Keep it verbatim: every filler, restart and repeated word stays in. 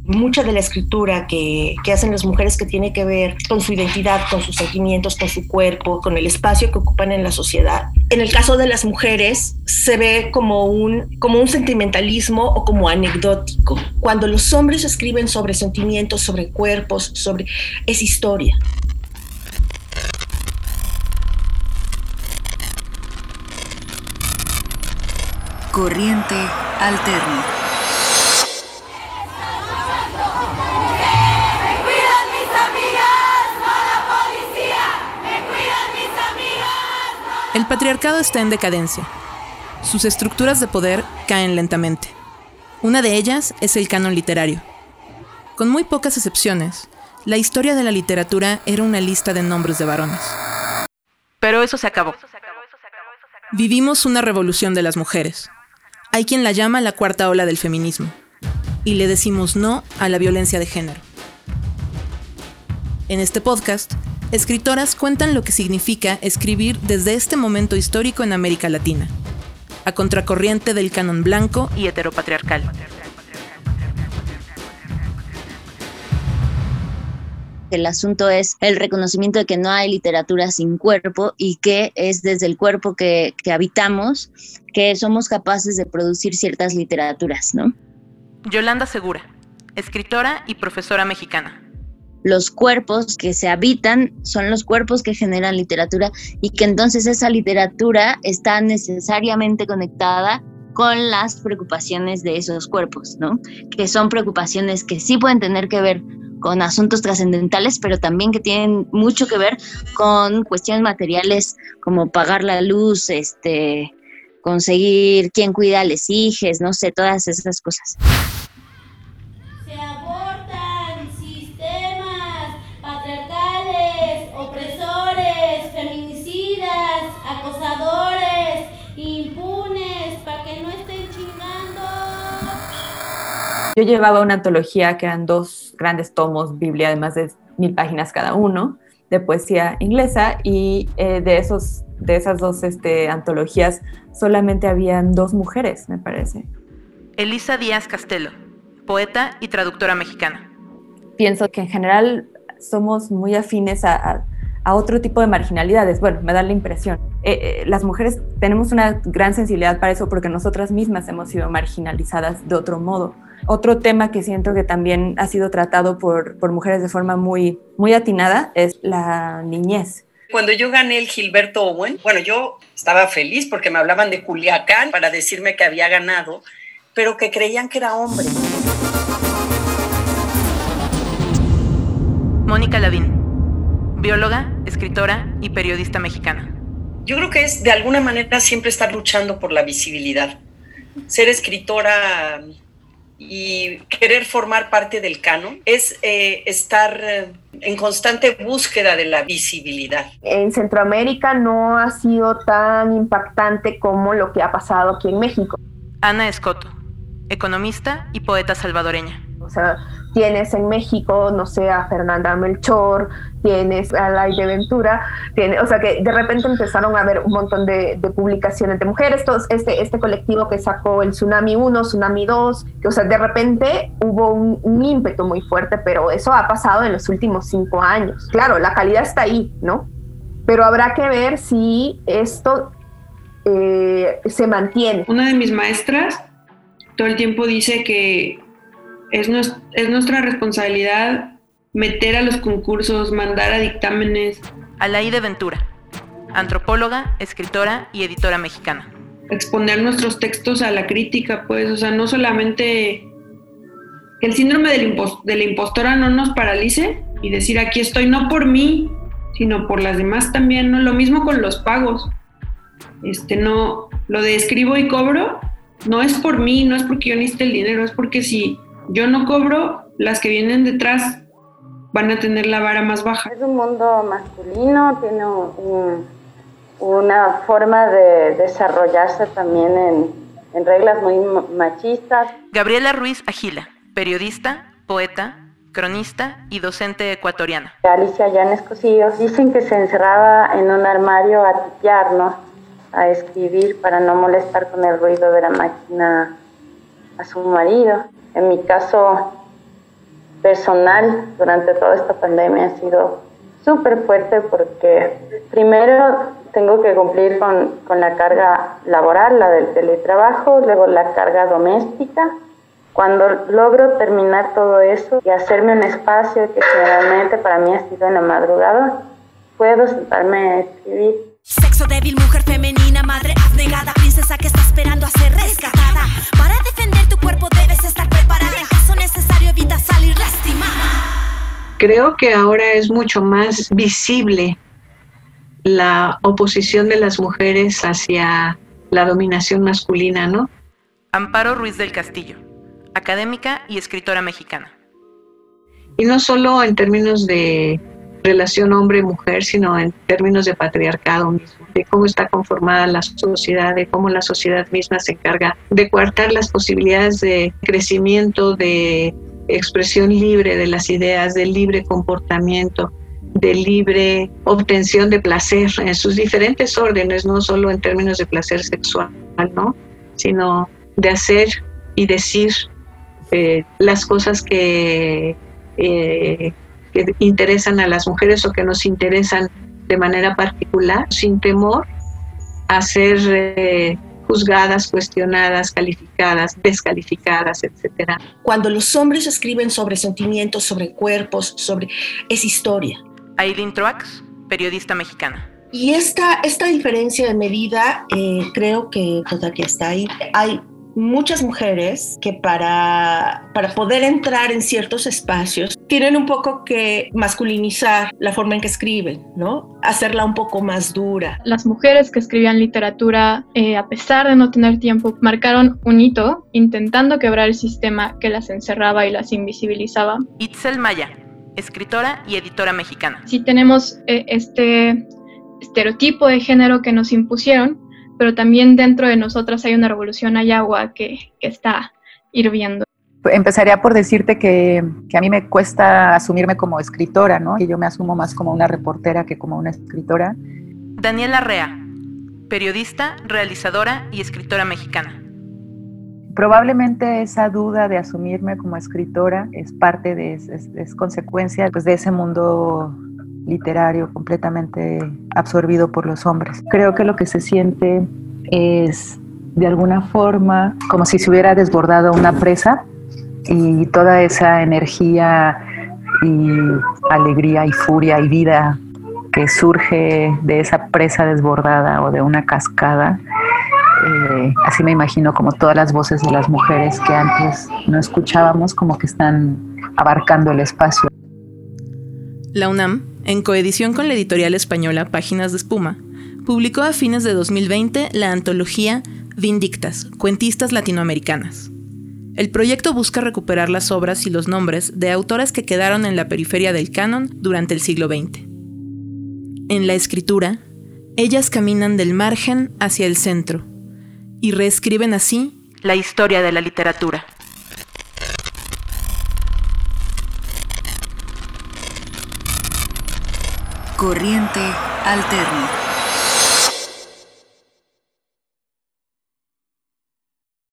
Mucha de la escritura que, que hacen las mujeres que tiene que ver con su identidad, con sus sentimientos, con su cuerpo, con el espacio que ocupan en la sociedad. En el caso de las mujeres se ve como un, como un sentimentalismo o como anecdótico. Cuando los hombres escriben sobre sentimientos, sobre cuerpos, sobre... es historia. Corriente alterna. El patriarcado está en decadencia. Sus estructuras de poder caen lentamente. Una de ellas es el canon literario. Con muy pocas excepciones, la historia de la literatura era una lista de nombres de varones. Pero eso se acabó. Vivimos una revolución de las mujeres. Hay quien la llama la cuarta ola del feminismo. Y le decimos no a la violencia de género. En este podcast, escritoras cuentan lo que significa escribir desde este momento histórico en América Latina, a contracorriente del canon blanco y heteropatriarcal. El asunto es el reconocimiento de que no hay literatura sin cuerpo y que es desde el cuerpo que, que habitamos que somos capaces de producir ciertas literaturas, ¿no? Yolanda Segura, escritora y profesora mexicana. Los cuerpos que se habitan son los cuerpos que generan literatura y que entonces esa literatura está necesariamente conectada con las preocupaciones de esos cuerpos, ¿no? Que son preocupaciones que sí pueden tener que ver con asuntos trascendentales, pero también que tienen mucho que ver con cuestiones materiales como pagar la luz, este, conseguir quién cuida a los hijos, no sé, todas esas cosas. Yo llevaba una antología que eran dos grandes tomos, Biblia de más de mil páginas cada uno, de poesía inglesa, y eh, de, esos, de esas dos este, antologías solamente habían dos mujeres, me parece. Elisa Díaz Castelo, poeta y traductora mexicana. Pienso que en general somos muy afines a, a, a otro tipo de marginalidades. Bueno, me da la impresión. Eh, eh, las mujeres tenemos una gran sensibilidad para eso porque nosotras mismas hemos sido marginalizadas de otro modo. Otro tema que siento que también ha sido tratado por, por mujeres de forma muy, muy atinada es la niñez. Cuando yo gané el Gilberto Owen, bueno, yo estaba feliz porque me hablaban de Culiacán para decirme que había ganado, pero que creían que era hombre. Mónica Lavín, bióloga, escritora y periodista mexicana. Yo creo que es de alguna manera siempre estar luchando por la visibilidad. Ser escritora y querer formar parte del canon es eh, estar eh, en constante búsqueda de la visibilidad. En Centroamérica no ha sido tan impactante como lo que ha pasado aquí en México. Ana Escoto, economista y poeta salvadoreña. O sea, tienes en México, no sé, a Fernanda Melchor, tienes a Laide Ventura, tiene, o sea que de repente empezaron a haber un montón de, de publicaciones de mujeres, todos, este, este colectivo que sacó el Tsunami uno, Tsunami dos, que, o sea, de repente hubo un, un ímpetu muy fuerte, pero eso ha pasado en los últimos cinco años. Claro, la calidad está ahí, ¿no? Pero habrá que ver si esto eh, se mantiene. Una de mis maestras todo el tiempo dice que Es, nos, es nuestra responsabilidad meter a los concursos, mandar a dictámenes. Alaide Ventura, antropóloga, escritora y editora mexicana. Exponer nuestros textos a la crítica, pues, o sea, no solamente que el síndrome del impost- de la impostora no nos paralice y decir aquí estoy no por mí, sino por las demás también, ¿no? Lo mismo con los pagos. Este, no, lo de escribo y cobro no es por mí, no es porque yo necesite el dinero, es porque si yo no cobro, las que vienen detrás van a tener la vara más baja. Es un mundo masculino, tiene un, una forma de desarrollarse también en, en reglas muy machistas. Gabriela Ruiz Agila, periodista, poeta, cronista y docente ecuatoriana. Alicia Llanes Cosillo dicen que se encerraba en un armario a tipear, ¿no? A escribir para no molestar con el ruido de la máquina a su marido. En mi caso, personal durante toda esta pandemia ha sido súper fuerte porque primero tengo que cumplir con, con la carga laboral, la del teletrabajo, luego la carga doméstica. Cuando logro terminar todo eso y hacerme un espacio que generalmente para mí ha sido en la madrugada, puedo sentarme a escribir. Sexo débil, mujer femenina, madre abnegada, princesa que está esperando a ser rescatada. Para defender tu cuerpo debes estar preparada. En caso necesario evita salir lastimada. Creo que ahora es mucho más visible la oposición de las mujeres hacia la dominación masculina, ¿no? Amparo Ruiz del Castillo, académica y escritora mexicana. Y no solo en términos de relación hombre-mujer, sino en términos de patriarcado mismo, de cómo está conformada la sociedad, de cómo la sociedad misma se encarga de coartar las posibilidades de crecimiento, de expresión libre de las ideas, de libre comportamiento, de libre obtención de placer en sus diferentes órdenes, no solo en términos de placer sexual, ¿no? Sino de hacer y decir eh, las cosas que, eh, que interesan a las mujeres o que nos interesan de manera particular, sin temor a ser eh, juzgadas, cuestionadas, calificadas, descalificadas, etcétera. Cuando los hombres escriben sobre sentimientos, sobre cuerpos, sobre es historia. Aileen Troax, periodista mexicana. Y esta, esta diferencia de medida eh, creo que todavía está ahí. Hay muchas mujeres que para, para poder entrar en ciertos espacios tienen un poco que masculinizar la forma en que escriben, ¿no? Hacerla un poco más dura. Las mujeres que escribían literatura, eh, a pesar de no tener tiempo, marcaron un hito intentando quebrar el sistema que las encerraba y las invisibilizaba. Itzel Maya, escritora y editora mexicana. Sí tenemos eh, este estereotipo de género que nos impusieron, pero también dentro de nosotras hay una revolución hay agua que, que está hirviendo. Empezaría por decirte que, que a mí me cuesta asumirme como escritora, ¿no? Y yo me asumo más como una reportera que como una escritora. Daniela Rea, periodista, realizadora y escritora mexicana. Probablemente esa duda de asumirme como escritora es parte de, es, es consecuencia pues, de ese mundo literario completamente absorbido por los hombres. Creo que lo que se siente es de alguna forma como si se hubiera desbordado una presa y toda esa energía y alegría y furia y vida que surge de esa presa desbordada o de una cascada. Eh, así me imagino como todas las voces de las mujeres que antes no escuchábamos como que están abarcando el espacio. La UNAM, en coedición con la editorial española Páginas de Espuma, publicó a fines de dos mil veinte la antología Vindictas, cuentistas latinoamericanas. El proyecto busca recuperar las obras y los nombres de autoras que quedaron en la periferia del canon durante el siglo veinte. En la escritura, ellas caminan del margen hacia el centro y reescriben así la historia de la literatura. Corriente Alterna.